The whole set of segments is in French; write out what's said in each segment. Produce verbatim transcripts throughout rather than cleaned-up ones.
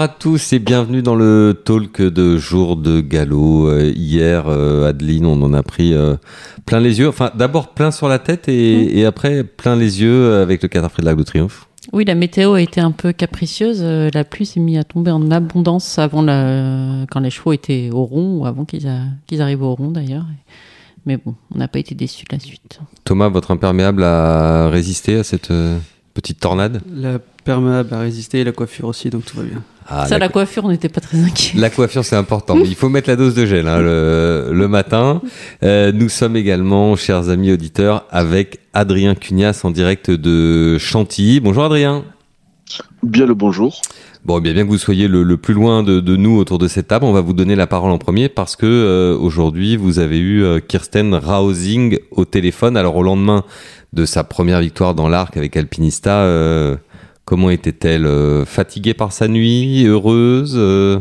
à tous et bienvenue dans le talk de jour de galop. Euh, hier, euh, Adeline, on en a pris euh, plein les yeux. Enfin, d'abord plein sur la tête et, mmh. et après plein les yeux avec le quatre Frais de l'Arc de Triomphe. Oui, la météo a été un peu capricieuse. La pluie s'est mise à tomber en abondance avant la... quand les chevaux étaient au rond, ou avant qu'ils, a... qu'ils arrivent au rond d'ailleurs. Mais bon, on n'a pas été déçus de la suite. Thomas, votre imperméable a résisté à cette euh, petite tornade ? L'imperméable a résisté et la coiffure aussi, donc tout va bien. Ah, Ça, la, la coiffure, on n'était pas très inquiets. La coiffure, c'est important. Mais il faut mettre la dose de gel hein, le, le matin. Euh, nous sommes également, chers amis auditeurs, avec Adrien Cugnas en direct de Chantilly. Bonjour Adrien. Bien le bonjour. Bon, bien, bien que vous soyez le, le plus loin de, de nous autour de cette table, on va vous donner la parole en premier parce que euh, aujourd'hui, vous avez eu euh, Kirsten Rausing au téléphone. Alors, au lendemain de sa première victoire dans l'Arc avec Alpinista, euh, comment était-elle euh, fatiguée par sa nuit, heureuse euh...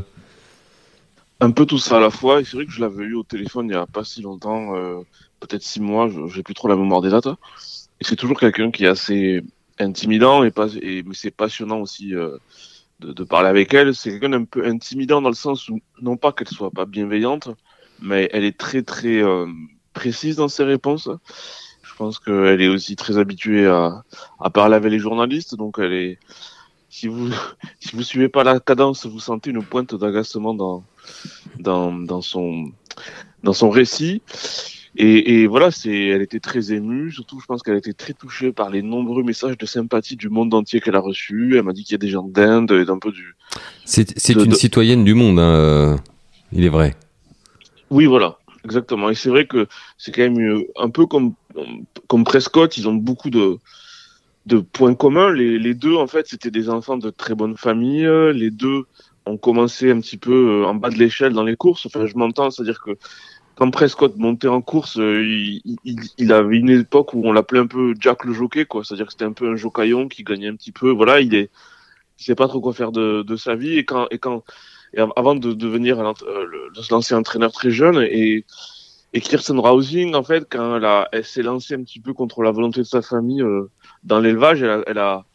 Un peu tout ça à la fois. Et c'est vrai que je l'avais eu au téléphone il n'y a pas si longtemps, euh, peut-être six mois, je, j'ai plus trop la mémoire des dates. Et c'est toujours quelqu'un qui est assez intimidant, et, pas, et mais c'est passionnant aussi euh, de, de parler avec elle. C'est quelqu'un d'un peu intimidant dans le sens où, non pas qu'elle soit pas bienveillante, mais elle est très très euh, précise dans ses réponses. Je pense qu'elle est aussi très habituée à, à parler avec les journalistes, donc elle est... Si vous si vous suivez pas la cadence, vous sentez une pointe d'agacement dans dans dans son dans son récit. Et, et voilà, c'est elle était très émue. Surtout, je pense qu'elle a été très touchée par les nombreux messages de sympathie du monde entier qu'elle a reçus. Elle m'a dit qu'il y a des gens d'Inde et d'un peu du. C'est c'est de, une de... citoyenne du monde, hein, il est vrai. Oui, voilà, exactement. Et c'est vrai que c'est quand même un peu comme comme Prescott. Ils ont beaucoup de de points communs. Les, les deux, en fait, c'était des enfants de très bonne famille. Les deux ont commencé un petit peu en bas de l'échelle dans les courses. Enfin, je m'entends, c'est-à-dire que quand Prescott montait en course, il, il, il avait une époque où on l'appelait un peu Jack le jockey, quoi. C'est-à-dire que c'était un peu un jocaillon qui gagnait un petit peu. Voilà, il est, il sait pas trop quoi faire de, de sa vie. Et quand, et quand, et avant de devenir, euh, de se lancer entraîneur très jeune, et Et Kirsten Rausing, en fait, quand elle, a, elle s'est lancée un petit peu contre la volonté de sa famille euh, dans l'élevage, elle a, elle a,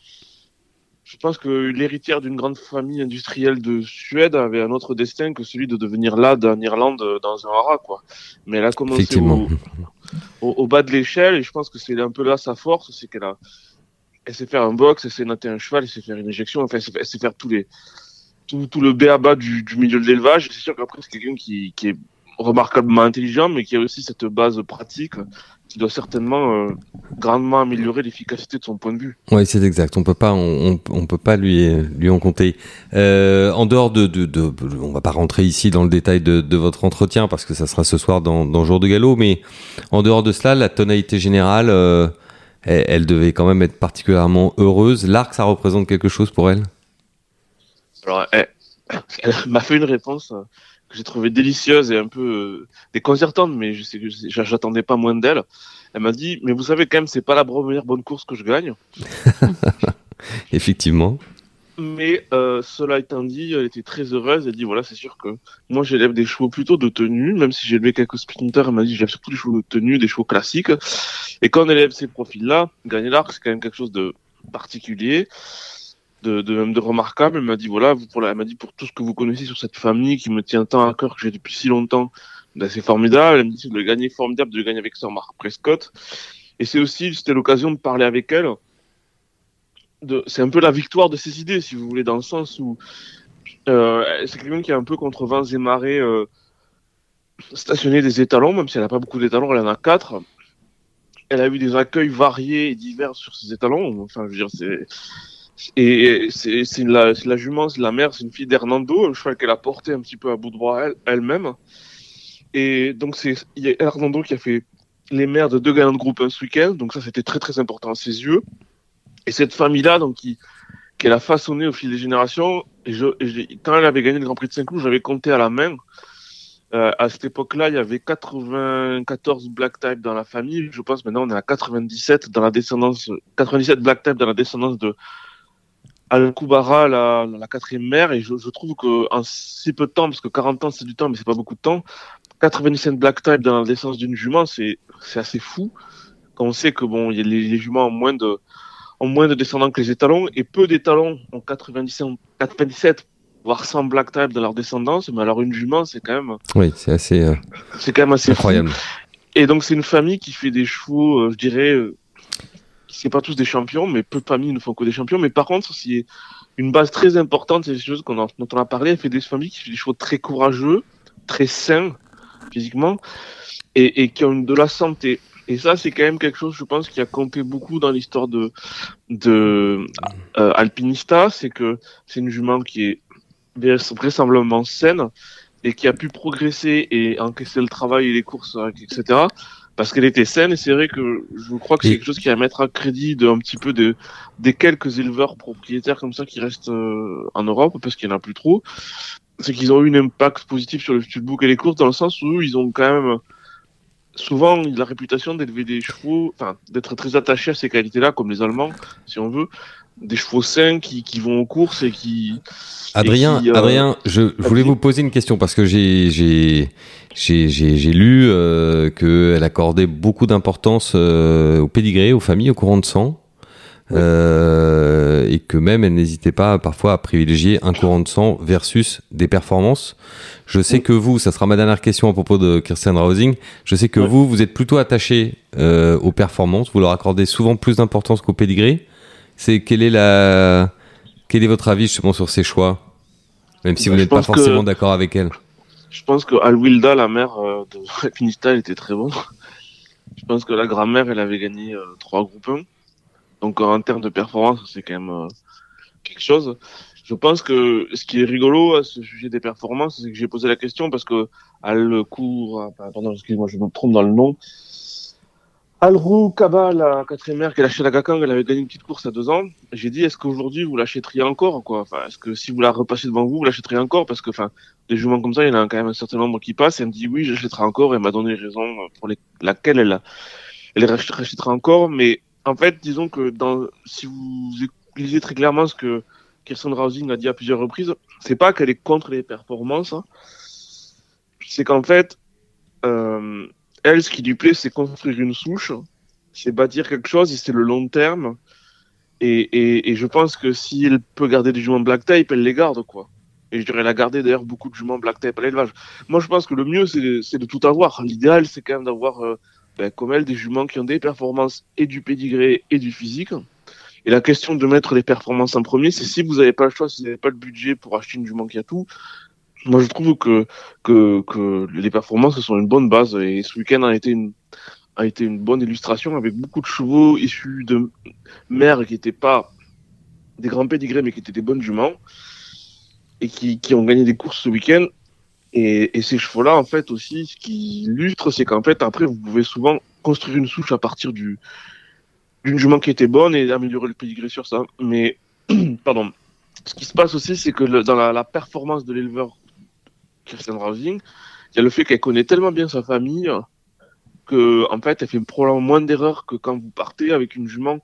je pense que l'héritière d'une grande famille industrielle de Suède avait un autre destin que celui de devenir Lad en Irlande dans un haras, quoi. Mais elle a commencé au, au, au bas de l'échelle, et je pense que c'est un peu là sa force, c'est qu'elle a, elle sait faire un box, elle sait natter un cheval, elle sait faire une injection, enfin, elle sait, elle sait faire tous les, tout, tout le b a ba du, du milieu de l'élevage. C'est sûr qu'après, c'est quelqu'un qui, qui est remarquablement intelligent, mais qui a aussi cette base pratique qui doit certainement euh, grandement améliorer l'efficacité de son point de vue. Oui, c'est exact. On peut pas, on, on peut pas lui lui en compter. Euh, en dehors de, de, de, on va pas rentrer ici dans le détail de, de votre entretien parce que ça sera ce soir dans, dans Jour de Galop, mais en dehors de cela, la tonalité générale, euh, elle, elle devait quand même être particulièrement heureuse. L'Arc, ça représente quelque chose pour elle ? Alors, elle, elle m'a fait une réponse que j'ai trouvé délicieuse et un peu euh, déconcertante, mais je sais que j'attendais pas moins d'elle. Elle m'a dit, mais vous savez quand même, c'est pas la première bonne course que je gagne. Effectivement. Mais euh, cela étant dit, elle était très heureuse. Elle dit, voilà, c'est sûr que moi j'élève des chevaux plutôt de tenue, même si j'ai élevé quelques sprinters, elle m'a dit, j'élève surtout des chevaux de tenue, des chevaux classiques. Et quand on élève ces profils-là, gagner l'Arc, c'est quand même quelque chose de particulier. De, de même de remarquable. Elle m'a dit voilà, vous, pour la, elle m'a dit pour tout ce que vous connaissez sur cette famille qui me tient tant à cœur, que j'ai depuis si longtemps, ben c'est formidable. Elle me dit c'est de le gagner formidable, de le gagner avec Sir Mark Prescott. Et c'est aussi, c'était l'occasion de parler avec elle. De, c'est un peu la victoire de ses idées, si vous voulez, dans le sens où euh, c'est quelqu'un qui est un peu contre vents et marées euh, stationné des étalons, même si elle n'a pas beaucoup d'étalons, elle en a quatre. Elle a eu des accueils variés et divers sur ses étalons. Enfin, je veux dire, c'est Et c'est, c'est, la, c'est la jument, c'est la mère, c'est une fille d'Hernando, un cheval qu'elle a porté un petit peu à bout de bras elle, elle-même. Et donc, c'est, il y a Hernando qui a fait les mères de deux gagnants de groupe un ce week-end, donc ça, c'était très très important à ses yeux. Et cette famille-là, donc, qui, qu'elle a façonné au fil des générations, et, je, et je, quand elle avait gagné le Grand Prix de Saint-Cloud, j'avais compté à la main. Euh, à cette époque-là, il y avait quatre-vingt-quatorze black type dans la famille. Je pense maintenant on est à quatre-vingt-dix-sept dans la descendance, quatre-vingt-dix-sept black type dans la descendance de Al-Koubara, la, la quatrième mère, et je, je trouve qu'en si peu de temps, parce que quarante ans c'est du temps, mais c'est pas beaucoup de temps, quatre-vingt-dix-sept black type dans la naissance d'une jument, c'est, c'est assez fou. Quand on sait que bon, y a les, les juments ont moins de, ont moins de descendants que les étalons, et peu d'étalons ont quatre-vingt-dix-sept, quatre-vingt-dix-sept voire cent black type dans leur descendance, mais alors une jument, c'est quand même, Oui, c'est assez euh, c'est quand même assez fou. incroyable. Et donc c'est une famille qui fait des chevaux, euh, je dirais, euh, c'est pas tous des champions, mais peu de familles ne font que des champions. Mais par contre, c'est une base très importante, c'est des choses qu'on a, dont on a parlé. Elle fait des familles qui font des chevaux très courageux, très sains physiquement, et, et qui ont de la santé. Et ça, c'est quand même quelque chose, je pense, qui a compté beaucoup dans l'histoire de, de euh, Alpinista. C'est que c'est une jument qui est vraisemblablement saine et qui a pu progresser et encaisser le travail et les courses, et cetera. Parce qu'elle était saine, et c'est vrai que je crois que c'est Et- quelque chose qui est à mettre à crédit de un petit peu de, des quelques éleveurs propriétaires comme ça qui restent euh, en Europe, parce qu'il n'y en a plus trop. C'est qu'ils ont eu un impact positif sur le studbook et les courses, dans le sens où ils ont quand même souvent la réputation d'élever des chevaux, enfin d'être très attachés à ces qualités-là, comme les Allemands, si on veut, des chevaux sains qui, qui vont aux courses et qui... Adrien, et qui, euh, Adrien, je, je voulais vas-y. vous poser une question parce que j'ai j'ai j'ai j'ai, j'ai lu euh, qu'elle accordait beaucoup d'importance euh, au pédigré, aux familles, au courant de sang, Oui. euh, et que même elle n'hésitait pas parfois à privilégier un courant de sang versus des performances. Je sais Oui. que vous, ça sera ma dernière question à propos de Kirsten Rausing. Je sais que Oui. vous, vous êtes plutôt attaché euh, aux performances. Vous leur accordez souvent plus d'importance qu'au pédigré. C'est quelle est la quel est votre avis justement sur ces choix? Même si Bah, vous je n'êtes pas pense que- forcément d'accord avec elle. Je pense que Alwilda, la mère euh, de Alpinista, elle était très bonne. Je pense que la grand-mère, elle avait gagné euh, trois groupes un. Donc euh, en termes de performance, c'est quand même euh, quelque chose. Je pense que ce qui est rigolo à ce sujet des performances, c'est que j'ai posé la question parce que elle court, ah, pardon, excuse-moi, je me trompe dans le nom. Alrou Kaba, la quatrième mère qui a lâché la Gakang, elle avait gagné une petite course à deux ans. J'ai dit, est-ce qu'aujourd'hui vous l'achèteriez encore, quoi? Enfin, est-ce que si vous la repassez devant vous, vous l'achèteriez encore? Parce que, enfin, des juments comme ça, il y en a quand même un certain nombre qui passent. Et elle me dit, oui, j'achèterai encore. Et elle m'a donné raison pour les... laquelle elle, a... elle rach- rachètera encore. Mais en fait, disons que dans, si vous lisez très clairement ce que Kirsten Rausing a dit à plusieurs reprises, c'est pas qu'elle est contre les performances, hein. C'est qu'en fait, euh, elle, ce qui lui plaît, c'est construire une souche, c'est bâtir quelque chose, et c'est le long terme. Et, et, et je pense que si elle peut garder des juments black type, elle les garde, quoi. Et je dirais la garder d'ailleurs beaucoup de juments black type à l'élevage. Moi, je pense que le mieux, c'est, c'est de tout avoir. L'idéal, c'est quand même d'avoir, euh, ben, comme elle, des juments qui ont des performances et du pédigré et du physique. Et la question de mettre les performances en premier, c'est si vous n'avez pas le choix, si vous n'avez pas le budget pour acheter une jument qui a tout. Moi, je trouve que, que, que les performances sont une bonne base. Et ce week-end a été une, a été une bonne illustration avec beaucoup de chevaux issus de mères qui n'étaient pas des grands pédigrés, mais qui étaient des bonnes juments et qui, qui ont gagné des courses ce week-end. Et, et ces chevaux-là, en fait, aussi, ce qui illustre, c'est qu'en fait, après, vous pouvez souvent construire une souche à partir du, d'une jument qui était bonne et améliorer le pédigré sur ça. Mais, pardon, ce qui se passe aussi, c'est que le, dans la, la performance de l'éleveur Kirsten Rausing, il y a le fait qu'elle connaît tellement bien sa famille que, en fait, elle fait probablement moins d'erreurs que quand vous partez avec une jument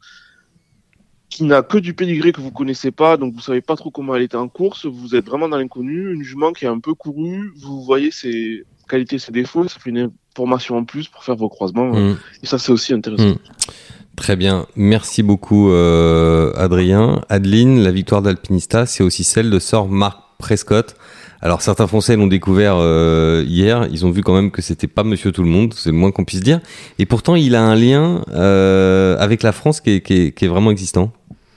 qui n'a que du pédigré que vous connaissez pas, donc vous savez pas trop comment elle était en course, vous êtes vraiment dans l'inconnu, une jument qui est un peu courue, vous voyez ses qualités, ses défauts, ça fait une information en plus pour faire vos croisements, Mmh. et ça c'est aussi intéressant. Mmh. Très bien, merci beaucoup euh, Adrien. Adeline, la victoire d'Alpinista, c'est aussi celle de Sir Mark Prescott. Alors certains Français l'ont découvert euh, hier, ils ont vu quand même que c'était pas Monsieur Tout le Monde, c'est le moins qu'on puisse dire. Et pourtant, il a un lien euh, avec la France qui est, qui est, qui est vraiment existant.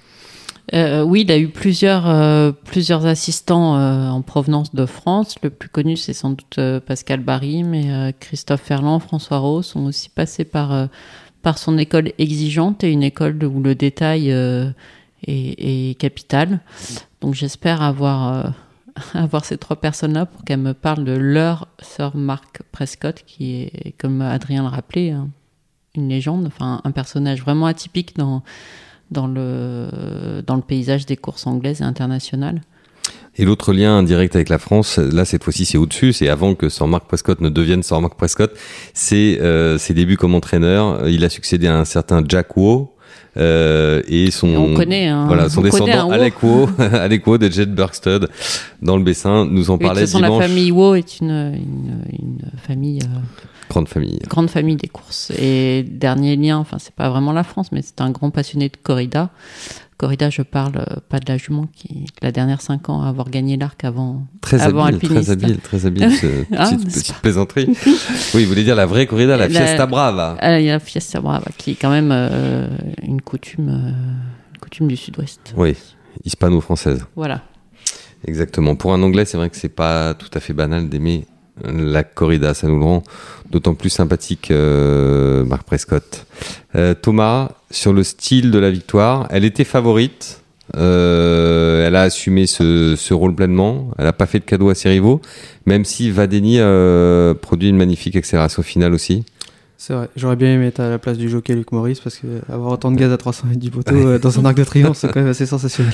Euh, oui, il a eu plusieurs, euh, plusieurs assistants euh, en provenance de France. Le plus connu, c'est sans doute euh, Pascal Barry, mais euh, Christophe Ferland, François Rose sont aussi passés par, euh, par son école exigeante et une école où le détail euh, est, est capital. Donc j'espère avoir, euh, avoir ces trois personnes-là pour qu'elles me parlent de leur Sir Mark Prescott, qui est, comme Adrien le rappelait, hein, une légende, enfin un personnage vraiment atypique dans... Dans le, dans le paysage des courses anglaises et internationales. Et l'autre lien direct avec la France, là cette fois-ci c'est au-dessus, c'est avant que Sir Mark Prescott ne devienne Sir Mark Prescott, c'est euh, ses débuts comme entraîneur. Il a succédé à un certain Jack Waugh euh, et son Et on connaît, hein, voilà son on connaît descendant un Alec Waugh, Alec Waugh de Jet Bergstud dans le Bessin nous en Oui, parlait de toute façon, dimanche. la famille Waugh est une, une, une famille euh, grande famille. Grande famille des courses. Et dernier lien, enfin, c'est pas vraiment la France, mais c'est un grand passionné de corrida. Corrida, je parle euh, pas de la jument qui, la dernière cinq ans, à avoir gagné l'arc avant, très avant habile, alpiniste. Très habile, très habile, ce Ah, petite, petite plaisanterie. Oui, vous voulez dire la vraie corrida, la, la Fiesta Brava. Ah, il y a la Fiesta Brava, qui est quand même euh, une coutume, euh, une coutume du Sud-Ouest. Oui, hispano-française. Voilà. Exactement. Pour un Anglais, c'est vrai que c'est pas tout à fait banal d'aimer la corrida. Ça nous le rend d'autant plus sympathique, euh, Marc Prescott. Euh, Thomas, sur le style de la victoire, elle était favorite. Euh, elle a assumé ce, ce rôle pleinement. Elle n'a pas fait de cadeau à ses rivaux, même si Vadeni euh, produit une magnifique accélération finale aussi. C'est vrai, j'aurais bien aimé être à la place du jockey Luc Maurice parce que avoir autant de gaz à trois cents mètres du poteau euh, dans un arc de triomphe, c'est quand même assez sensationnel.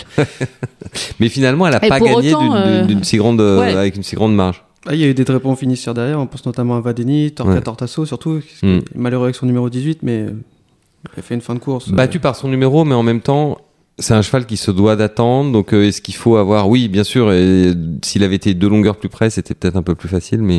Mais finalement, elle n'a pas gagné autant, d'une, euh... d'une, d'une si grande, ouais. avec une si grande marge. Ah, il y a eu des très bons finisseurs derrière, on pense notamment à Vadeni, Torca ouais. Tortasso surtout, qui mm. est malheureux avec son numéro dix-huit, mais il a fait une fin de course. Battu euh... par son numéro, mais en même temps, c'est un cheval qui se doit d'attendre, donc euh, est-ce qu'il faut avoir... Oui, bien sûr, et, s'il avait été deux longueurs plus près, c'était peut-être un peu plus facile, mais...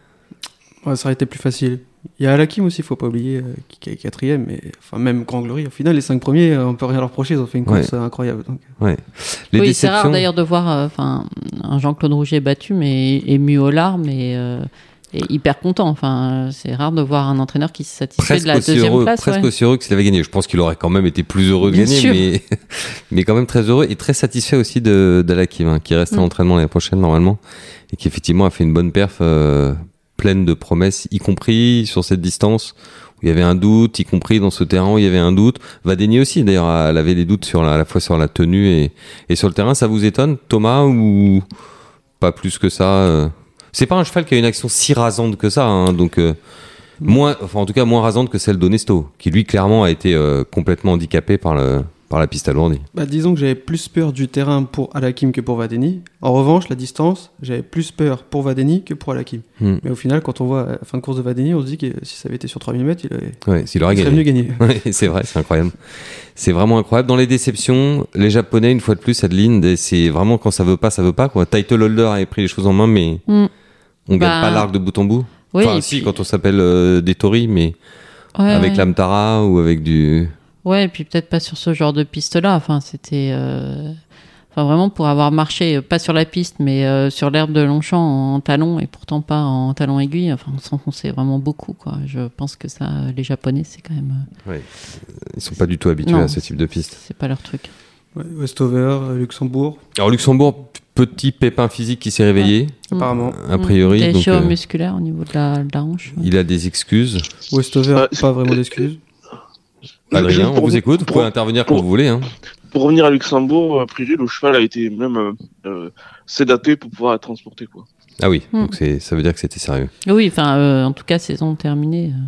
Ouais, ça aurait été plus facile. Il y a Alakim aussi, il ne faut pas oublier, euh, qui est quatrième, mais enfin, même Grand Glory. Au final, les cinq premiers, on ne peut rien leur reprocher, ils ont fait une course ouais. incroyable. Donc. Ouais. Les oui, déceptions... c'est rare d'ailleurs de voir euh, un Jean-Claude Rouget battu, mais ému aux larmes et, euh, et hyper content. Enfin, c'est rare de voir un entraîneur qui se satisfait presque de la deuxième heureux, place. Presque ouais. aussi heureux que s'il avait gagné. Je pense qu'il aurait quand même été plus heureux de Bien gagner, sûr. mais, mais quand même très heureux et très satisfait aussi de, d'Alakim, hein, qui reste mm. à l'entraînement l'année prochaine normalement et qui effectivement a fait une bonne perf. Euh, pleine de promesses, y compris sur cette distance où il y avait un doute, y compris dans ce terrain où il y avait un doute. Vadeni aussi, d'ailleurs, elle avait des doutes sur la, à la fois sur la tenue et, et sur le terrain. Ça vous étonne, Thomas, ou pas plus que ça euh... C'est pas un cheval qui a une action si rasante que ça, hein, donc euh, moins, enfin en tout cas moins rasante que celle d'Onesto, qui lui clairement a été euh, complètement handicapé par le par la piste alourdie. Bah, disons que j'avais plus peur du terrain pour Alakim que pour Vadeni. En revanche, la distance, j'avais plus peur pour Vadeni que pour Alakim. Hmm. Mais au final, quand on voit la fin de course de Vadeni, on se dit que si ça avait été sur trois mille mètres, il, avait... ouais, s'il aurait il serait gagné. mieux gagné. Ouais, c'est vrai, c'est incroyable. C'est vraiment incroyable. Dans les déceptions, les Japonais, une fois de plus, Adeline, c'est vraiment quand ça veut pas, ça veut pas, quoi. Title Holder avait pris les choses en main, mais hmm. on bah... gagne pas l'arc de bout en bout. Oui, enfin, si, puis... quand on s'appelle euh, des Tori, mais ouais, avec ouais. l'Amtara ou avec du... Ouais, et puis peut-être pas sur ce genre de piste-là. Enfin, c'était... Euh... Enfin, vraiment, pour avoir marché, pas sur la piste, mais euh, sur l'herbe de Longchamp en talons, et pourtant pas en talons aiguilles, enfin, on s'enfonçait vraiment beaucoup, quoi. Je pense que ça, les Japonais, c'est quand même... Oui, ils sont pas du tout habitués non, à ce type de piste. C'est pas leur truc. Ouais, Westover, Luxembourg. Alors, Luxembourg, petit pépin physique qui s'est réveillé, ouais. apparemment. A priori. Des donc, cheveux euh, musculaires au niveau de la, de la hanche. Ouais. Il a des excuses. Westover, euh, pas vraiment d'excuses. Adrien, on vous écoute, vous pour, pouvez intervenir pour, quand vous voulez. Hein. Pour revenir à Luxembourg, a priori, le cheval a été même euh, euh, sédaté pour pouvoir être transporté, quoi. Ah oui, hmm. donc c'est, ça veut dire que c'était sérieux. Oui, enfin, euh, en tout cas, saison terminée. Euh,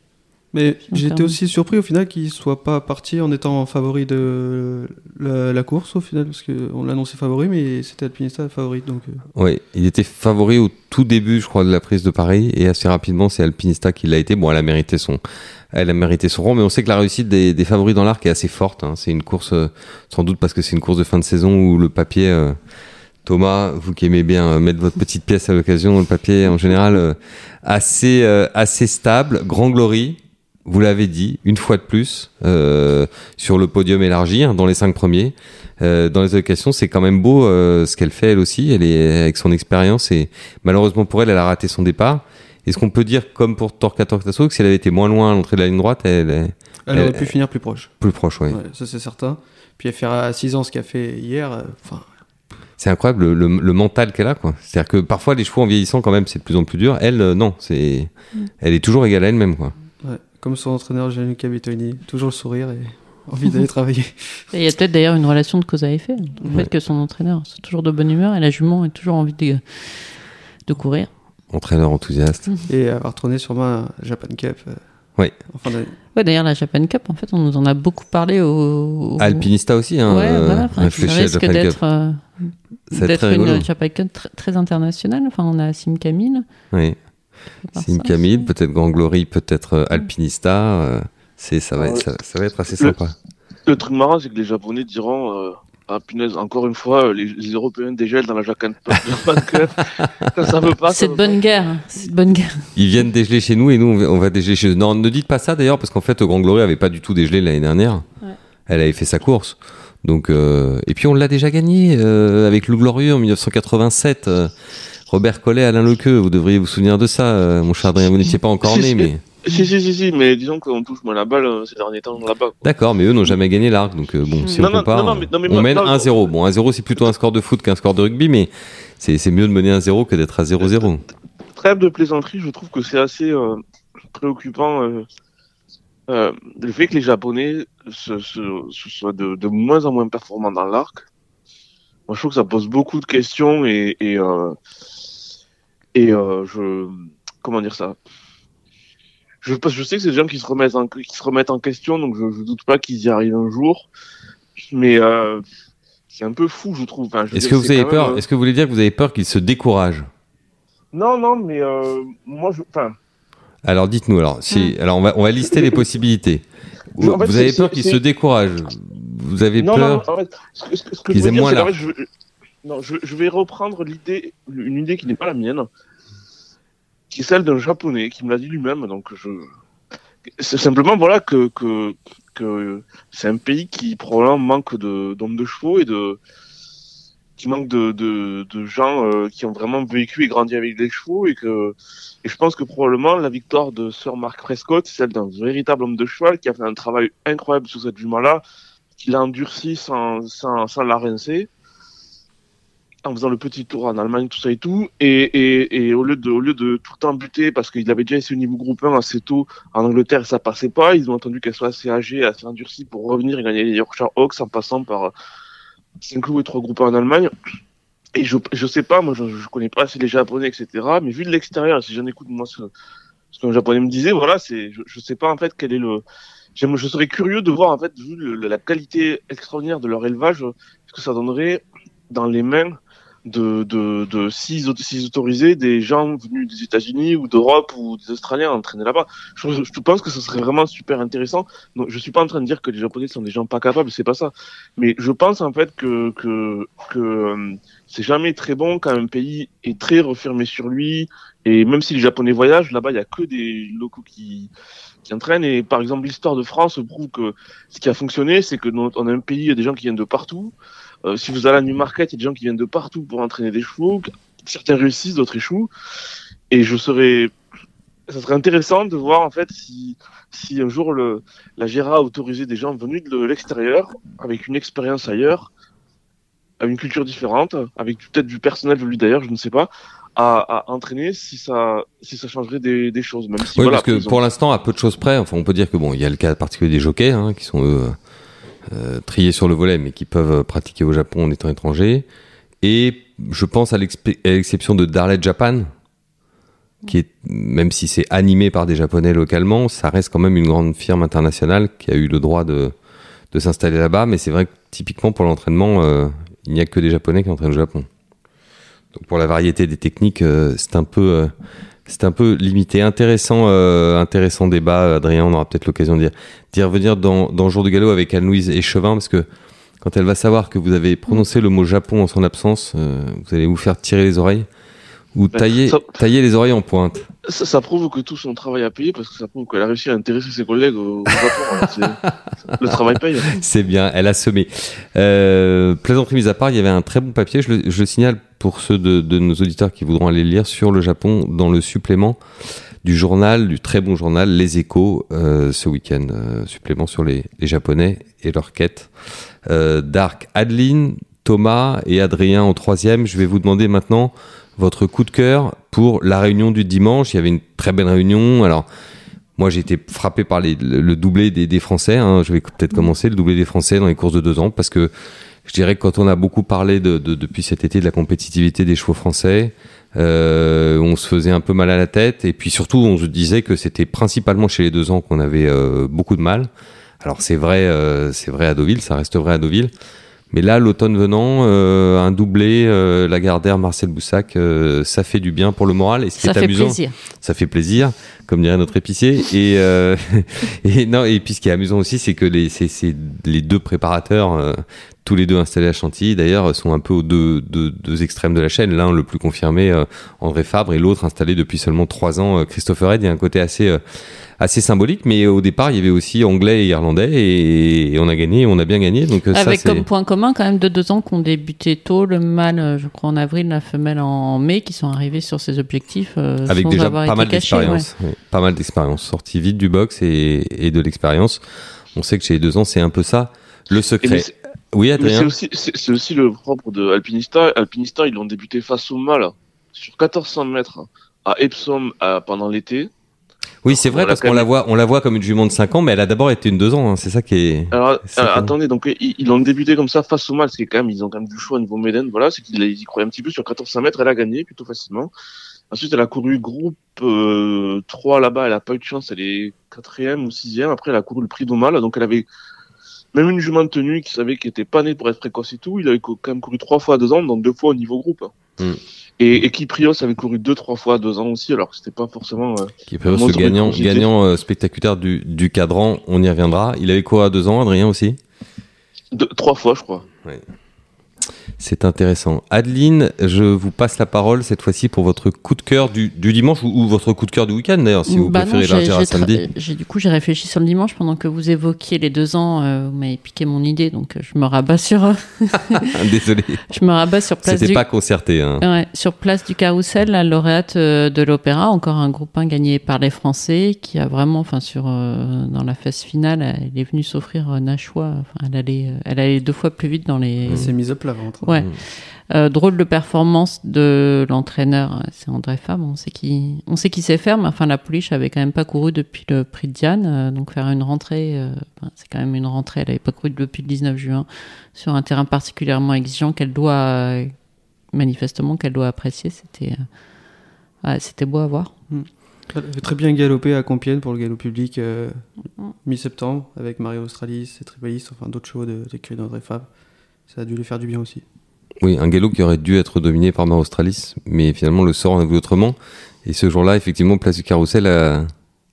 Mais j'étais aussi surpris au final qu'il ne soit pas parti en étant favori de la, la course au final, parce qu'on l'annonçait favori, mais c'était Alpinista favori. Donc... Oui, il était favori au tout début, je crois, de la prise de Paris, et assez rapidement, c'est Alpinista qui l'a été. Bon, elle a mérité son... Elle a mérité son rang, mais on sait que la réussite des, des favoris dans l'arc est assez forte. Hein. C'est une course, euh, sans doute parce que c'est une course de fin de saison où le papier, euh, Thomas, vous qui aimez bien euh, mettre votre petite pièce à l'occasion, le papier en général euh, assez euh, assez stable. Grand Glory, vous l'avez dit, une fois de plus euh, sur le podium élargi, hein, dans les cinq premiers. Euh, dans les occasions, c'est quand même beau euh, ce qu'elle fait elle aussi. Elle est avec son expérience et malheureusement pour elle, elle a raté son départ. Est-ce qu'on peut dire, comme pour Torca Tortasso, que si elle avait été moins loin à l'entrée de la ligne droite, elle, elle, elle aurait elle, pu finir plus proche. Plus proche, oui. Ouais, ça c'est certain. Puis elle fait à six ans ce qu'elle a fait hier. Enfin. Euh, c'est incroyable le, le, le mental qu'elle a, quoi. C'est-à-dire que parfois les chevaux en vieillissant, quand même, c'est de plus en plus dur. Elle, euh, non, c'est, mm. elle est toujours égale à elle-même, quoi. Ouais, comme son entraîneur Gianluca Vitoni, toujours le sourire et envie d'aller travailler. Il y a peut-être d'ailleurs une relation de cause à effet. Le ouais. fait que son entraîneur soit toujours de bonne humeur et la jument ait toujours envie de, de courir. Entraîneur enthousiaste. Et avoir tourné sûrement un Japan Cup. Euh, oui. En fin d'année. Ouais, d'ailleurs, la Japan Cup, en fait, on nous en a beaucoup parlé au. au... Alpinista aussi, hein. Ouais, euh, voilà. Enfin, ça risque Japan d'être, euh, d'être une rigolo. Japan Cup très, très internationale. Enfin, on a Sim Camille. Oui. Sim Camille, peut-être Grand Glory, peut-être euh, Alpinista. Euh, c'est, ça, va être, ça, ça va être assez le, sympa. Le truc marrant, c'est que les Japonais diront. Euh... Ah punaise, encore une fois, les, les Européens dégèlent dans la Japan Cup. ça, ça veut pas. C'est de bonne guerre. C'est de bonne guerre. Ils viennent dégeler chez nous et nous, on va dégeler chez eux. Non, ne dites pas ça d'ailleurs, parce qu'en fait, Grand Glory avait pas du tout dégelé l'année dernière. Ouais. Elle avait fait sa course. Donc, euh, et puis on l'a déjà gagné euh, avec Loup Glorieux en dix-neuf cent quatre-vingt-sept. Euh, Robert Collet, Alain Lequeux, vous devriez vous souvenir de ça, euh, mon cher Adrien. Vous n'étiez pas encore né, mais. Si, si, si, si, mais disons qu'on touche moins la balle euh, ces derniers temps là-bas. Quoi. D'accord, mais eux n'ont jamais gagné l'arc, donc euh, bon, si non, on non, compare, non, non, mais, non, mais on moi, mène non, un zéro. Bon, un zéro, c'est plutôt un score de foot qu'un score de rugby, mais c'est, c'est mieux de mener un zéro que d'être à zéro zéro. Trêve de plaisanterie, je trouve que c'est assez euh, préoccupant euh, euh, le fait que les Japonais se, se, se soient de, de moins en moins performants dans l'arc. Moi, je trouve que ça pose beaucoup de questions et, et, euh, et euh, je... Comment dire ça Je, je sais que c'est des gens qui se remettent en, qui se remettent en question, donc je, je doute pas qu'ils y arrivent un jour. Mais euh, c'est un peu fou, je trouve. Enfin, je est-ce dire, que vous avez peur même, euh... Est-ce que vous voulez dire que vous avez peur qu'ils se découragent? Non, non, mais euh, moi, je. Enfin. Alors, dites-nous. Alors, si, hum. alors, on va, on va lister les possibilités. Vous, en fait, vous avez peur qu'ils se découragent? Vous avez non, peur non, en fait, ce que, ce que, ce que qu'ils aiment moins l'arc? Je, non, je, je vais reprendre l'idée, une idée qui n'est pas la mienne, qui est celle d'un Japonais qui me l'a dit lui-même. Donc, je. C'est simplement voilà que que que c'est un pays qui probablement manque de d'hommes de chevaux et de qui manque de de de gens euh, qui ont vraiment vécu et grandi avec des chevaux et que et je pense que probablement la victoire de Sir Mark Prescott, c'est celle d'un véritable homme de cheval qui a fait un travail incroyable sur cette jument-là, qui l'a endurci sans sans sans la rincer, en faisant le petit tour en Allemagne, tout ça et tout, et, et, et au lieu de, au lieu de tout le temps buter, parce qu'il avait déjà essayé au niveau groupe un assez tôt, en Angleterre, ça passait pas, ils ont attendu qu'elle soit assez âgée, assez endurcie pour revenir et gagner les Yorkshire Hawks en passant par Saint-Cloud et trois groupes en Allemagne. Et je, je sais pas, moi, je, je connais pas assez les Japonais, et cetera, mais vu de l'extérieur, si j'en écoute, moi, ce, ce qu'un Japonais me disait, voilà, c'est, je, je sais pas, en fait, quel est le, j'aime, je serais curieux de voir, en fait, vu le, la qualité extraordinaire de leur élevage, ce que ça donnerait dans les mains de, de, de s'ils, s'ils autorisaient des gens venus des États-Unis ou d'Europe ou des Australiens à entraîner là-bas. Je, je pense que ce serait vraiment super intéressant. Donc, je suis pas en train de dire que les Japonais sont des gens pas capables, c'est pas ça. Mais je pense en fait que, que, que euh, c'est jamais très bon quand un pays est très refermé sur lui. Et même si les Japonais voyagent, là-bas, il y a que des locaux qui, qui entraînent. Et par exemple, l'histoire de France prouve que ce qui a fonctionné, c'est que on a un pays, il y a des gens qui viennent de partout. Euh, si vous allez à Newmarket, il y a des gens qui viennent de partout pour entraîner des chevaux. Certains réussissent, d'autres échouent. Et je serais, ça serait intéressant de voir en fait si, si un jour le, la G R A a autorisé des gens venus de l'extérieur, avec une expérience ailleurs, avec une culture différente, avec peut-être du personnel venu d'ailleurs, je ne sais pas, à, à entraîner, si ça, si ça changerait des, des choses. Même si, oui, voilà, parce que pour l'instant, à peu de choses près, enfin, on peut dire que bon, il y a le cas particulier des jockeys, hein, qui sont eux. Euh, triés sur le volet, mais qui peuvent pratiquer au Japon en étant étrangers. Et je pense à, l'exp- à l'exception de Darley Japan, qui est, même si c'est animé par des Japonais localement, ça reste quand même une grande firme internationale qui a eu le droit de, de s'installer là-bas. Mais c'est vrai que typiquement pour l'entraînement, euh, il n'y a que des Japonais qui entraînent au Japon. Donc pour la variété des techniques, euh, c'est un peu... Euh, C'est un peu limité. Intéressant, euh, intéressant débat, Adrien. On aura peut-être l'occasion d'y, d'y revenir dans, dans Jour de Galop avec Anne-Louise Échevin, parce que quand elle va savoir que vous avez prononcé le mot Japon en son absence, euh, vous allez vous faire tirer les oreilles ou tailler, ça, tailler les oreilles en pointe. Ça, ça prouve que tout son travail a payé, parce que ça prouve qu'elle a réussi à intéresser ses collègues au, au Japon. Alors c'est, le travail paye. C'est bien, elle a semé. Euh, plaisanterie mise à part, il y avait un très bon papier, je le, je le signale pour ceux de, de nos auditeurs qui voudront aller le lire, sur le Japon dans le supplément du journal, du très bon journal Les Échos, euh, ce week-end. Euh, supplément sur les, les Japonais et leur quête. Euh, Dark, Adeline, Thomas et Adrien en troisième. Je vais vous demander maintenant votre coup de cœur pour la réunion du dimanche. Il y avait une très belle réunion. Alors, moi, j'ai été frappé par les, le, le doublé des, des Français. Hein. Je vais peut-être commencer, le doublé des Français dans les courses de deux ans, parce que je dirais que quand on a beaucoup parlé de, de, depuis cet été de la compétitivité des chevaux français, euh, on se faisait un peu mal à la tête. Et puis surtout, on se disait que c'était principalement chez les deux ans qu'on avait euh, beaucoup de mal. Alors c'est vrai, euh, c'est vrai à Deauville, ça reste vrai à Deauville. Mais là, l'automne venant, euh, un doublé, euh, Lagardère, Marcel Boussac, euh, ça fait du bien pour le moral. Et ce qui ça est fait amusant, plaisir. Ça fait plaisir. comme dirait notre épicier. Et, euh, et non, et puis ce qui est amusant aussi, c'est que les, c'est, c'est les deux préparateurs, euh, tous les deux installés à Chantilly, d'ailleurs, sont un peu aux deux, deux, deux extrêmes de la chaîne. L'un, le plus confirmé, euh, André Fabre, et l'autre, installé depuis seulement trois ans, euh, Christopher Head. Il y a un côté assez, euh, assez symbolique, mais au départ, il y avait aussi anglais et irlandais, et, et on a gagné, on a bien gagné. Donc, Avec ça, c'est... comme point commun quand même de deux ans qui ont débuté tôt, le mâle, je crois en avril, la femelle en mai, qui sont arrivés sur ces objectifs euh, avec sans déjà avoir pas été mal cachés, d'expérience, ouais. oui, pas mal d'expérience, sorti vite du box et, et de l'expérience. On sait que chez les deux ans, c'est un peu ça le secret. Oui, Adrien. Mais c'est aussi, c'est, c'est aussi le propre de Alpinista. Alpinista, ils l'ont débuté face au mâle sur quatorze cents mètres à Epsom à, pendant l'été. Oui, c'est vrai, parce qu'on la voit, on la voit comme une jument de cinq ans, mais elle a d'abord été une deux ans, hein, c'est ça qui est... Alors, c'est alors ça. attendez, donc, ils, ils l'ont débuté comme ça face au mâle, c'est quand même, ils ont quand même du choix au niveau Méden, voilà, c'est qu'ils ils y croyaient un petit peu sur quatorze cents mètres, elle a gagné plutôt facilement. Ensuite, elle a couru groupe, euh, trois là-bas, elle a pas eu de chance, elle est quatrième ou sixième, après elle a couru le prix d'Omal, donc elle avait même une jument de tenue qui savait qu'elle était pas née pour être précoce et tout, il avait quand même couru trois fois à deux ans, donc deux fois au niveau groupe. Mm. Et, et Kyprios avait couru deux, trois fois à deux ans aussi, alors que c'était pas forcément... Euh, Kyprios, le gagnant, gagnant euh, spectaculaire du, du cadran, on y reviendra. Il avait quoi à deux ans, Adrien aussi? Deux, trois fois, je crois. Oui. C'est intéressant. Adeline, je vous passe la parole cette fois-ci pour votre coup de cœur du, du dimanche ou, ou votre coup de cœur du week-end d'ailleurs, si vous bah préférez non, élargir à samedi. Tra- j'ai, du coup, j'ai réfléchi sur le dimanche pendant que vous évoquiez les deux ans. Euh, vous m'avez piqué mon idée, donc euh, je me rabats sur. Euh, Désolé. Je me rabats sur place. C'était du... pas concerté. Hein. Ouais, sur place du Carrousel, la lauréate euh, de l'Opéra, encore un groupe un gagné par les Français, qui a vraiment, enfin sur euh, dans la phase finale, elle est venue s'offrir euh, Nashua. Enfin, elle allait, euh, elle allait deux fois plus vite dans les. Elle s'est mise à plat ventre. Ouais. Mmh. Euh, drôle de performance de l'entraîneur, c'est André Fabre, on sait qui, on sait qui sait faire, mais enfin la pouliche avait quand même pas couru depuis le prix de Diane, euh, donc faire une rentrée, euh, enfin, c'est quand même une rentrée, elle avait pas couru depuis le dix-neuf juin sur un terrain particulièrement exigeant qu'elle doit, euh, manifestement qu'elle doit apprécier, c'était, euh, ouais, c'était beau à voir. Mmh. Elle avait très bien galopé à Compiègne pour le galop public euh, mmh. mi-septembre avec Mario Australis et Tribalis, enfin d'autres chevaux de l'écurie d'André Fabre, ça a dû lui faire du bien aussi. Oui, un galop qui aurait dû être dominé par Mario Australis, mais finalement le sort en a voulu autrement. Et ce jour-là, effectivement, Place du Carrousel a,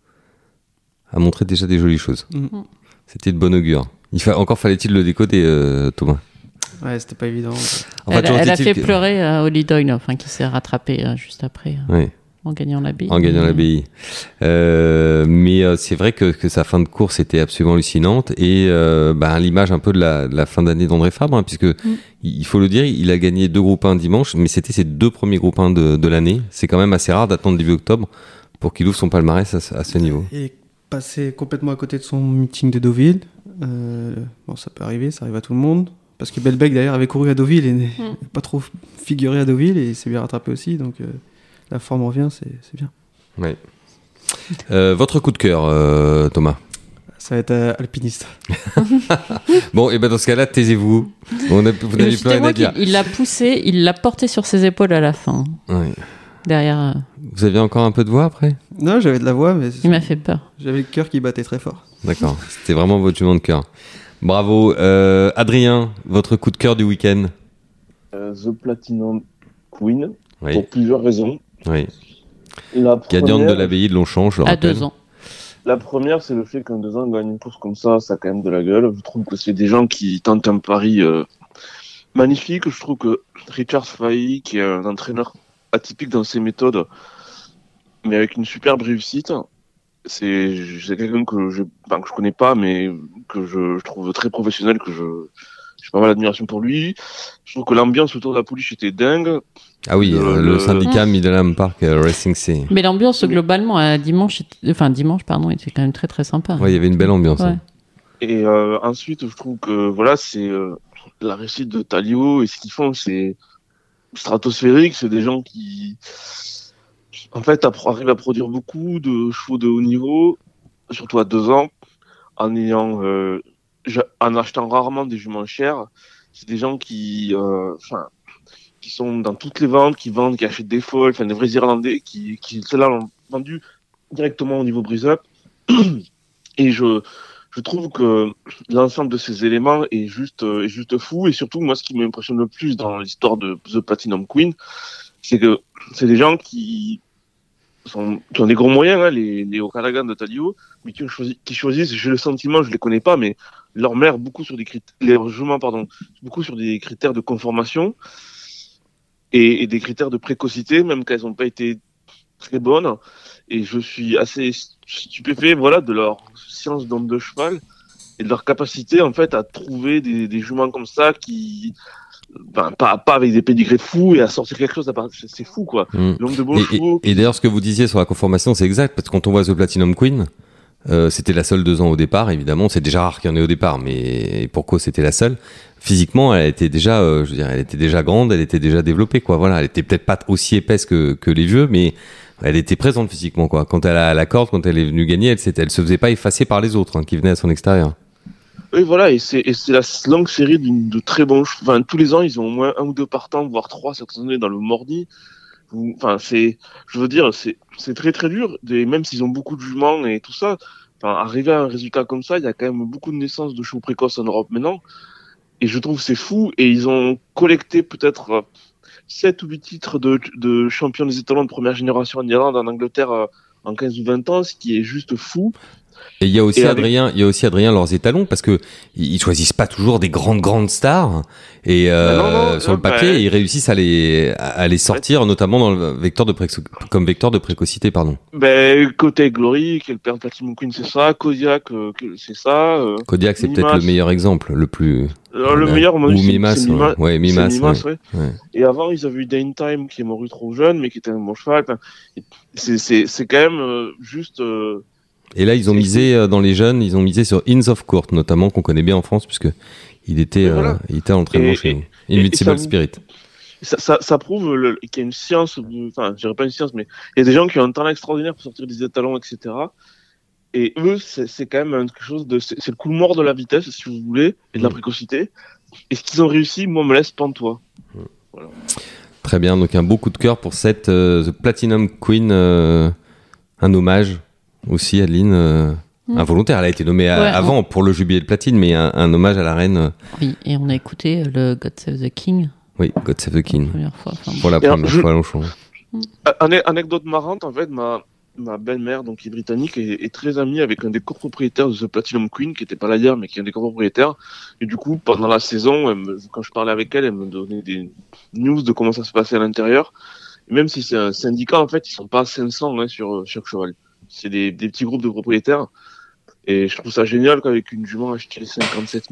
a montré déjà des jolies choses. Mmh. C'était de bon augure. Il fa... Encore fallait-il le décoder, euh, Thomas. Ouais, c'était pas évident. Enfin, elle, elle a fait que... pleurer euh, Holly Doyle, enfin, qui s'est rattrapé euh, juste après. Euh. Oui. En gagnant l'abbaye. En gagnant l'abbaye. Euh, mais euh, c'est vrai que, que sa fin de course était absolument hallucinante et euh, bah, à l'image un peu de la, de la fin d'année d'André Fabre, hein, puisque mm. il faut le dire, il a gagné deux groupes un dimanche, mais c'était ses deux premiers groupes un de, de l'année. C'est quand même assez rare d'attendre début octobre pour qu'il ouvre son palmarès à, à ce niveau. Il est passé complètement à côté de son meeting de Deauville. Euh, bon, ça peut arriver, ça arrive à tout le monde. Parce que Belbec d'ailleurs avait couru à Deauville et n'est mm. pas trop figuré à Deauville et il s'est bien rattrapé aussi, donc. Euh... La forme revient, c'est, c'est bien. Oui. Euh, votre coup de cœur, euh, Thomas? Ça va être euh, Alpinista. Bon, et ben dans ce cas-là, taisez-vous. On a, vous n'avez plus rien à dire. Il l'a poussé, il l'a porté sur ses épaules à la fin. Oui. Derrière. Euh... Vous aviez encore un peu de voix après? Non, j'avais de la voix, mais. Il m'a fait peur. J'avais le cœur qui battait très fort. D'accord. C'était vraiment votre jument de cœur. Bravo. Euh, Adrien, votre coup de cœur du week-end? euh, The Platinum Queen, oui. Pour plusieurs raisons. Oui. La gagnante de l'abbaye de Longchamp, je le à rappelle. À deux ans. La première, c'est le fait qu'un deux ans gagne une course comme ça, ça a quand même de la gueule. Je trouve que c'est des gens qui tentent un pari euh, magnifique. Je trouve que Richard Fahey, qui est un entraîneur atypique dans ses méthodes, mais avec une superbe réussite, c'est, c'est quelqu'un que je, enfin, que je connais pas, mais que je, je trouve très professionnel, que je, j'ai pas mal d'admiration pour lui. Je trouve que l'ambiance autour de la pouliche était dingue. Ah oui, le, le, le syndicat mmh. Middleham Park Racing, c'est... Mais l'ambiance, globalement, à dimanche, enfin dimanche, pardon, était quand même très très sympa. Ouais, il y avait une belle ambiance. Ouais. Hein. Et euh, ensuite, je trouve que voilà, c'est euh, la réussite de Talio et ce qu'ils font, c'est stratosphérique. C'est des gens qui, en fait, arrivent à produire beaucoup de chevaux de haut niveau, surtout à deux ans, en ayant, euh, en achetant rarement des juments chers. C'est des gens qui, enfin. Euh, qui sont dans toutes les ventes, qui vendent, qui achètent des folles, enfin des vrais Irlandais, qui, qui ceux-là l'ont vendu directement au niveau brise-up. Et je, je trouve que l'ensemble de ces éléments est juste, est juste fou. Et surtout, moi, ce qui m'impressionne le plus dans l'histoire de The Platinum Queen, c'est que c'est des gens qui sont, qui ont des gros moyens, hein, les, les Okanagan de Talio, mais qui, ont choisi, qui choisissent, j'ai le sentiment, je les connais pas, mais leur mère beaucoup sur des critères, les juments, pardon, beaucoup sur des critères de conformation et, et des critères de précocité, même qu'elles n'ont pas été très bonnes. Et je suis assez stupéfait, voilà, de leur science d'homme de cheval et de leur capacité, en fait, à trouver des, des juments comme ça qui, ben, pas, pas avec des pédigrés fous et à sortir quelque chose, c'est, c'est fou, quoi. Mmh. L'homme de bons et, chevaux. Et, et d'ailleurs, ce que vous disiez sur la conformation, c'est exact, parce que quand on voit The Platinum Queen, euh, c'était la seule deux ans au départ, évidemment. C'est déjà rare qu'il y en ait au départ, mais pour cause, c'était la seule. Physiquement, elle était déjà, euh, je veux dire, elle était déjà grande, elle était déjà développée, quoi. Voilà, elle était peut-être pas aussi épaisse que, que les vieux, mais elle était présente physiquement, quoi. Quand elle a la corde, quand elle est venue gagner, elle, elle se faisait pas effacer par les autres, hein, qui venaient à son extérieur. Oui, voilà, et c'est, et c'est la longue série d'une, de très bons chevaux. Enfin, tous les ans, ils ont au moins un ou deux partants, voire trois, certaines années dans le Mordi. Enfin, c'est, je veux dire, c'est, c'est très très dur. Et même s'ils ont beaucoup de juments et tout ça, enfin, arriver à un résultat comme ça, il y a quand même beaucoup de naissances de chevaux précoces en Europe maintenant. Et je trouve que c'est fou. Et ils ont collecté peut-être sept ou huit titres de, de champion des étalons de première génération en Irlande, en Angleterre, en quinze ou vingt ans, ce qui est juste fou. Et il y a aussi et Adrien, avec... il y a aussi Adrien leurs étalons, parce que ils choisissent pas toujours des grandes grandes stars et euh, non, non, sur non, le papier bah, ils réussissent à les à les sortir, ouais. Notamment dans le vecteur de pré- comme vecteur de précocité, pardon. Ben côté Glory, qui est le père de Platinum Queen, c'est ça. Kodiak, euh, c'est ça. Euh, Kodiak, c'est Mimas. peut-être le meilleur exemple, le plus. Alors, le meilleur, ou moi, c'est, Mimas, c'est Mimas, ouais, Mimas, c'est Mimas, ouais. ouais. Ouais. Et avant, ils avaient eu Dane Time, qui est mort trop jeune, mais qui était un bon cheval. C'est, c'est, c'est quand même euh, juste. Euh, Et là, ils ont misé euh, dans les jeunes, ils ont misé sur Inns of Court, notamment, qu'on connaît bien en France, puisque il était, voilà. euh, il était à l'entraînement et, chez et, nous. Invincible ça, Spirit. Ça, ça, ça prouve le, qu'il y a une science, enfin, je dirais pas une science, mais il y a des gens qui ont un talent extraordinaire pour sortir des étalons, et cetera. Et eux, c'est, c'est quand même quelque chose de, c'est, c'est le coup mort de la vitesse, si vous voulez, et de la précocité. Et ce qu'ils ont réussi, moi, me laisse pantois. Voilà. Très bien, donc un beau coup de cœur pour cette euh, The Platinum Queen, euh, un hommage aussi, Adeline, euh, mmh. involontaire. Elle a été nommée à, ouais, avant on... pour le jubilé de platine, mais un, un hommage à la reine. Euh... Oui, et on a écouté le God Save the King. Oui, God Save the King. La première fois, enfin, pour la première alors, fois à Longchamp. Mmh. Anecdote marrante, en fait, ma, ma belle-mère, donc qui est britannique, est, est très amie avec un des copropriétaires de The Platinum Queen, qui n'était pas là hier, mais qui est un des copropriétaires. Et du coup, pendant la saison, elle me, quand je parlais avec elle, elle me donnait des news de comment ça se passait à l'intérieur. Et même si c'est un syndicat, en fait, ils sont pas cinq cents hein, sur chaque cheval. C'est des, des petits groupes de propriétaires. Et je trouve ça génial qu'avec une jument achetée cinquante-sept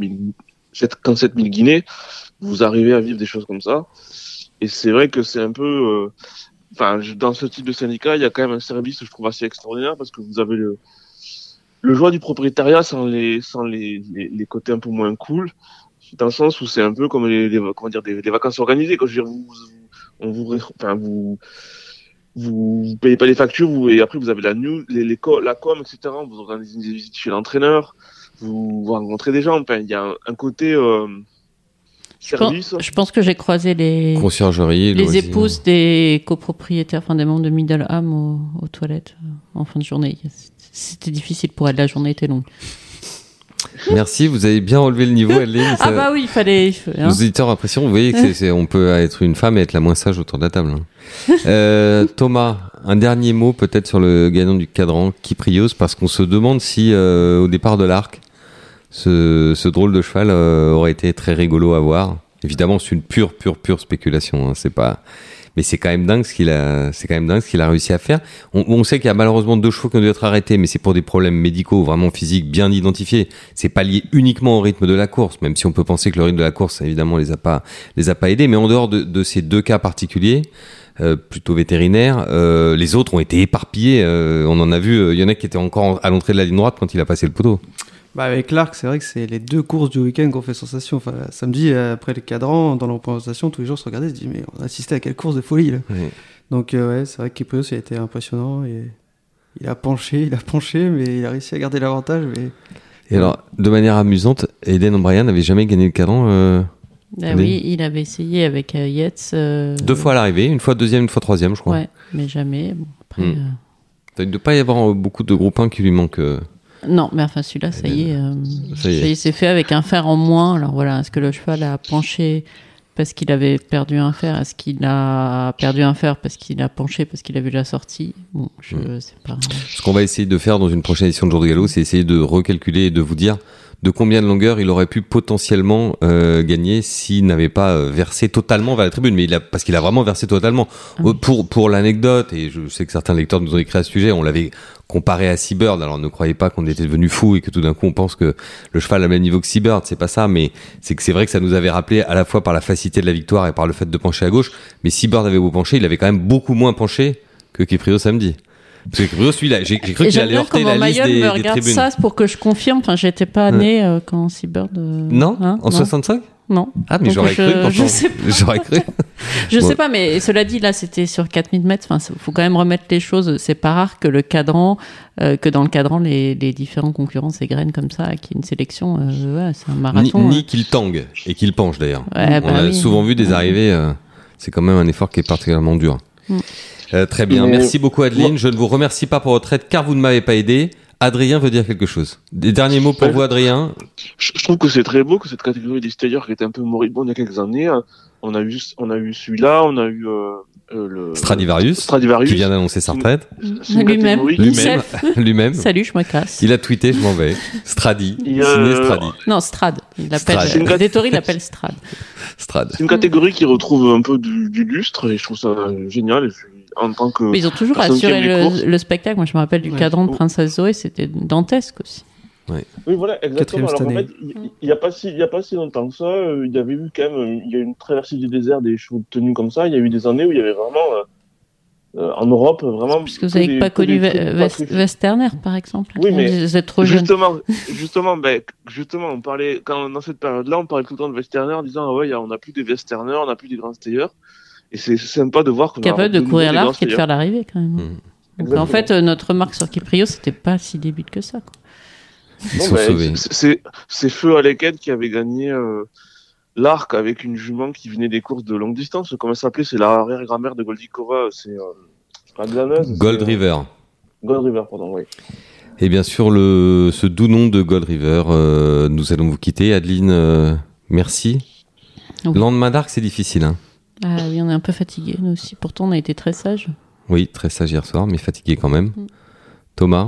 mille guinées, vous arrivez à vivre des choses comme ça. Et c'est vrai que c'est un peu... Enfin, euh, dans ce type de syndicat, il y a quand même un service que je trouve assez extraordinaire parce que vous avez le, le joie du propriétariat sans les, sans les, les, les côtés un peu moins cool. Dans le sens où c'est un peu comme les, les, comment dire, des, des vacances organisées. Quand je veux dire, vous, on vous... Enfin, vous... vous payez pas les factures, vous, et après vous avez la news, les, les co- la com, et cetera. Vous organisez des visites chez l'entraîneur, vous, vous rencontrez des gens. Enfin, il y a un, un côté euh, service. Je pense, je pense que j'ai croisé les conciergerie, les loisirs. Épouses des copropriétaires, enfin des membres de Middle Ham aux, aux toilettes euh, en fin de journée. C'était difficile pour elle, la journée était longue. Merci, vous avez bien relevé le niveau, Adeline. Ah bah oui, il fallait... Hein. Nos auditeurs impression, vous voyez que c'est, c'est, on peut être une femme et être la moins sage autour de la table. Hein. Euh, Thomas, un dernier mot peut-être sur le gagnant du cadran, Kyprios, parce qu'on se demande si euh, au départ de l'arc, ce, ce drôle de cheval euh, aurait été très rigolo à voir. Évidemment, c'est une pure, pure, pure spéculation. Hein, c'est pas... Mais c'est quand même dingue ce qu'il a, c'est quand même dingue ce qu'il a réussi à faire. On, on sait qu'il y a malheureusement deux chevaux qui ont dû être arrêtés, mais c'est pour des problèmes médicaux vraiment physiques bien identifiés. C'est pas lié uniquement au rythme de la course, même si on peut penser que le rythme de la course, évidemment, les a pas, les a pas aidés. Mais en dehors de, de ces deux cas particuliers, euh, plutôt vétérinaires, euh, les autres ont été éparpillés. Euh, on en a vu, il y en a qui étaient encore à l'entrée de la ligne droite quand il a passé le poteau. Bah avec l'Arc, c'est vrai que c'est les deux courses du week-end qu'on fait sensation. Enfin, samedi, après les cadrans, dans la représentation, tous les jours se regardaient et se disaient mais on a assisté à quelle course de folie là. Oui. Donc euh, ouais, c'est vrai que Kyprios il a été impressionnant et il a penché, il a penché, mais il a réussi à garder l'avantage. Mais... Et alors, de manière amusante, Eden O'Brien n'avait jamais gagné le cadran. Euh... Ah oui, il avait essayé avec euh, Yates. Euh... Deux fois à l'arrivée, une fois deuxième, une fois troisième, je crois. Ouais, mais jamais. Bon, après, hmm. euh... Il ne doit pas y avoir beaucoup de groupes un qui lui manquent. Euh... Non, mais enfin celui-là, ça y est, euh, ça y est, c'est fait avec un fer en moins. Alors voilà, est-ce que le cheval a penché parce qu'il avait perdu un fer, est-ce qu'il a perdu un fer parce qu'il a penché, parce qu'il a vu la sortie? Bon, je Mmh. sais pas. Ce qu'on va essayer de faire dans une prochaine édition de Jour de Galop, c'est essayer de recalculer et de vous dire de combien de longueur il aurait pu potentiellement euh, gagner s'il n'avait pas euh, versé totalement vers la tribune. Mais il a, parce qu'il a vraiment versé totalement. Ah. Euh, Pour, pour l'anecdote, et je sais que certains lecteurs nous ont écrit à ce sujet, on l'avait comparé à Seabird. Alors ne croyez pas qu'on était devenu fou et que tout d'un coup on pense que le cheval a le même niveau que Seabird. C'est pas ça, mais c'est que c'est vrai que ça nous avait rappelé à la fois par la facilité de la victoire et par le fait de pencher à gauche. Mais Seabird avait beau pencher, il avait quand même beaucoup moins penché que Kyprios samedi. Parce que Kyprios, lui, là, j'ai, j'ai cru Et qu'il j'aime allait bien heurter comment la liste Mayol des, me des regarde tribunes. ça pour que je confirme. Enfin, j'étais pas Ouais. née euh, quand Seabird. Euh... Non, hein, en soixante-cinq. Non. Ah, mais Donc, j'aurais je- cru. pourtant. je sais pas. J'aurais cru. Je Bon. sais pas, mais cela dit, là, c'était sur quatre mille mètres. Enfin, faut quand même remettre les choses. C'est pas rare que le cadran, euh, que dans le cadran, les, les différents concurrents s'égrènent comme ça, qu'il y ait une sélection. Euh, ouais, c'est un Ni, marathon. ni euh. qu'il tangue et qu'il penche d'ailleurs. Ouais, On bah a oui. souvent vu des arrivées. euh, c'est quand même un effort qui est particulièrement dur. Mm. Euh, très bien. Mais- Merci beaucoup, Adeline. Moi- Je ne vous remercie pas pour votre aide car vous ne m'avez pas aidé. Adrien veut dire quelque chose. Des derniers mots pour Ouais. vous, Adrien. Je, je trouve que c'est très beau que cette catégorie des stayers qui était un peu moribonde il y a quelques années, hein, on a eu, on a eu celui-là, on a eu euh, euh, le Stradivarius, Stradivarius. qui vient d'annoncer sa retraite. C'est une Lui-même. catégorie- Lui-même. Lui-même. Salut, je me casse. Il a tweeté, je m'en vais. Stradi. Il y a- Signé Stradi. Non, Strad. Il Strad. l'appelle. C'est une Euh, Dettori l'appelle Strad. Strad. C'est une catégorie qui retrouve un peu du, du lustre et je trouve ça génial. Et je- en tant que Mais ils ont toujours personne qui assuré aime les le, courses. le spectacle. Moi, je me rappelle du Ouais. cadran de Princesse Zoé, c'était dantesque aussi. Oui, voilà, Quatrième exactement. Alors, en cette fait, il il y a pas si, il y a pas si longtemps que ça, euh, il y avait eu quand même, euh, il y a eu une traversée du désert des chevaux de tenue comme ça. Il y a eu des années où il y avait vraiment, euh, euh, en Europe, vraiment. Puisque vous que n'avez des- pas que connu des Ve- trucs West- pas très- Westerner, par exemple. Oui, mais Vous êtes trop jeune. Justement, justement, ben, justement, on parlait, quand, dans cette période-là, on parlait tout le temps de Westerner, en disant, ah ouais, il y a- on n'a plus des Westerner, on n'a plus des grands stayers. Et c'est c'est sympa de voir qu'on a Capable de nouveau courir des grands l'arc et de stayers. faire l'arrivée, quand même. Mm. Donc, Exactement. en fait, euh, notre remarque sur Kyprios, c'était pas si début que ça. Quoi. Ils Non, sont ben, sauvés. c'est- c'est c'est Feu Aleken qui avait gagné euh, l'arc avec une jument qui venait des courses de longue distance. Comment ça s'appelait? C'est l'arrière-grand-mère de Goldikova. C'est euh, c'est pas glaneuse, c'est, Gold euh, River. Gold River, pardon, oui. Et bien sûr, le, ce doux nom de Gold River, euh, nous allons vous quitter. Adeline, euh, merci. Oui. Lendemain d'arc, c'est difficile. Hein. Ah oui, on est un peu fatigués, nous aussi. Pourtant, on a été très sages. Oui, très sage hier soir, mais fatigué quand même. Mm. Thomas,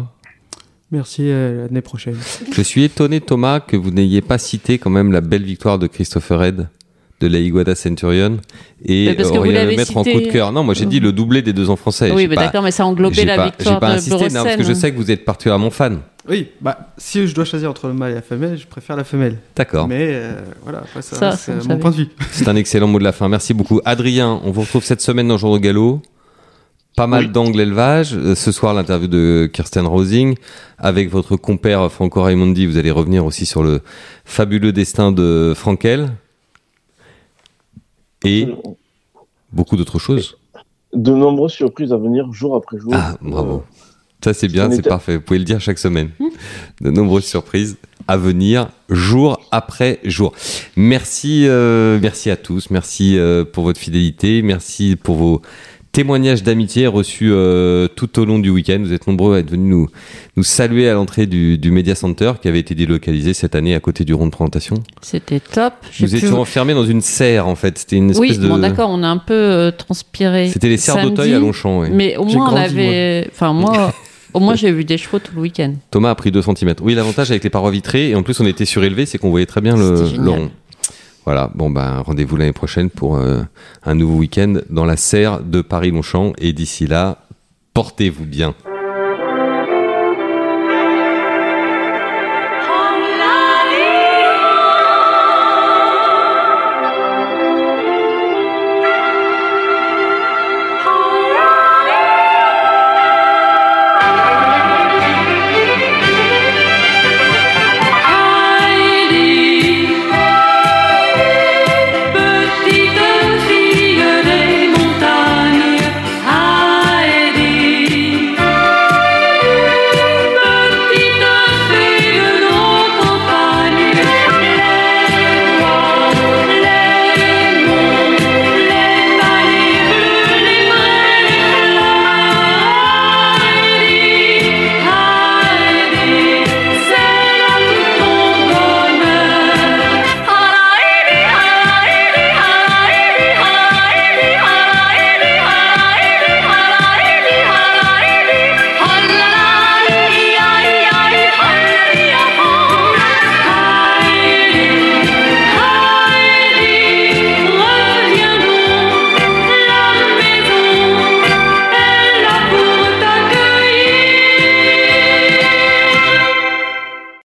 Merci, à l'année prochaine. je suis étonné, Thomas, que vous n'ayez pas cité quand même la belle victoire de Christopher Head de la Iguada Centurion et Mais parce que vous Aurélien l'avez Lemaître en cité- coup de cœur. Non, moi j'ai dit le doublé des deux ans français. oui, J'ai mais pas- d'accord, mais ça englobait j'ai la pas, victoire j'ai pas de insisté, non, parce que je Burossen. sais que vous êtes particulièrement fan. Oui, bah, si je dois choisir entre le mâle et la femelle, je préfère la femelle. D'accord. Mais euh, voilà, après, ça, Ça, reste, ça, euh, vous mon savez. point de vue. C'est un excellent mot de la fin. Merci beaucoup. Adrien, on vous retrouve cette semaine dans Jour de Galop. Pas mal Oui. d'angles élevage. Euh, Ce soir, l'interview de Kirsten Rosing. Avec votre compère Franco Raimondi, vous allez revenir aussi sur le fabuleux destin de Frankel. Et beaucoup d'autres choses. De nombreuses surprises à venir jour après jour. Ah, bravo. Ça, c'est bien, on c'est était- parfait. Vous pouvez le dire chaque semaine. De nombreuses surprises à venir jour après jour. Merci, euh, merci à tous. Merci euh, pour votre fidélité. Merci pour vos témoignages d'amitié reçus euh, tout au long du week-end. Vous êtes nombreux à être venus nous, nous saluer à l'entrée du, du Media Center qui avait été délocalisé cette année à côté du rond de présentation. C'était top. J'ai Nous pu- étions enfermés dans une serre en fait. C'était une espèce Oui, de. bon, d'accord, on a un peu euh, transpiré. C'était les serres samedi, d'Auteuil à Longchamp. Ouais. Mais au J'ai moins, on grandi, avait. Enfin, moi, au moins, j'ai vu des chevaux tout le week-end. Thomas a pris deux centimètres. Oui, l'avantage avec les parois vitrées, et en plus on était surélevé, c'est qu'on voyait très bien le, C'était génial. le rond. Voilà, bon ben rendez-vous l'année prochaine pour euh, un nouveau week-end dans la serre de Paris-Longchamp. Et d'ici là, portez-vous bien.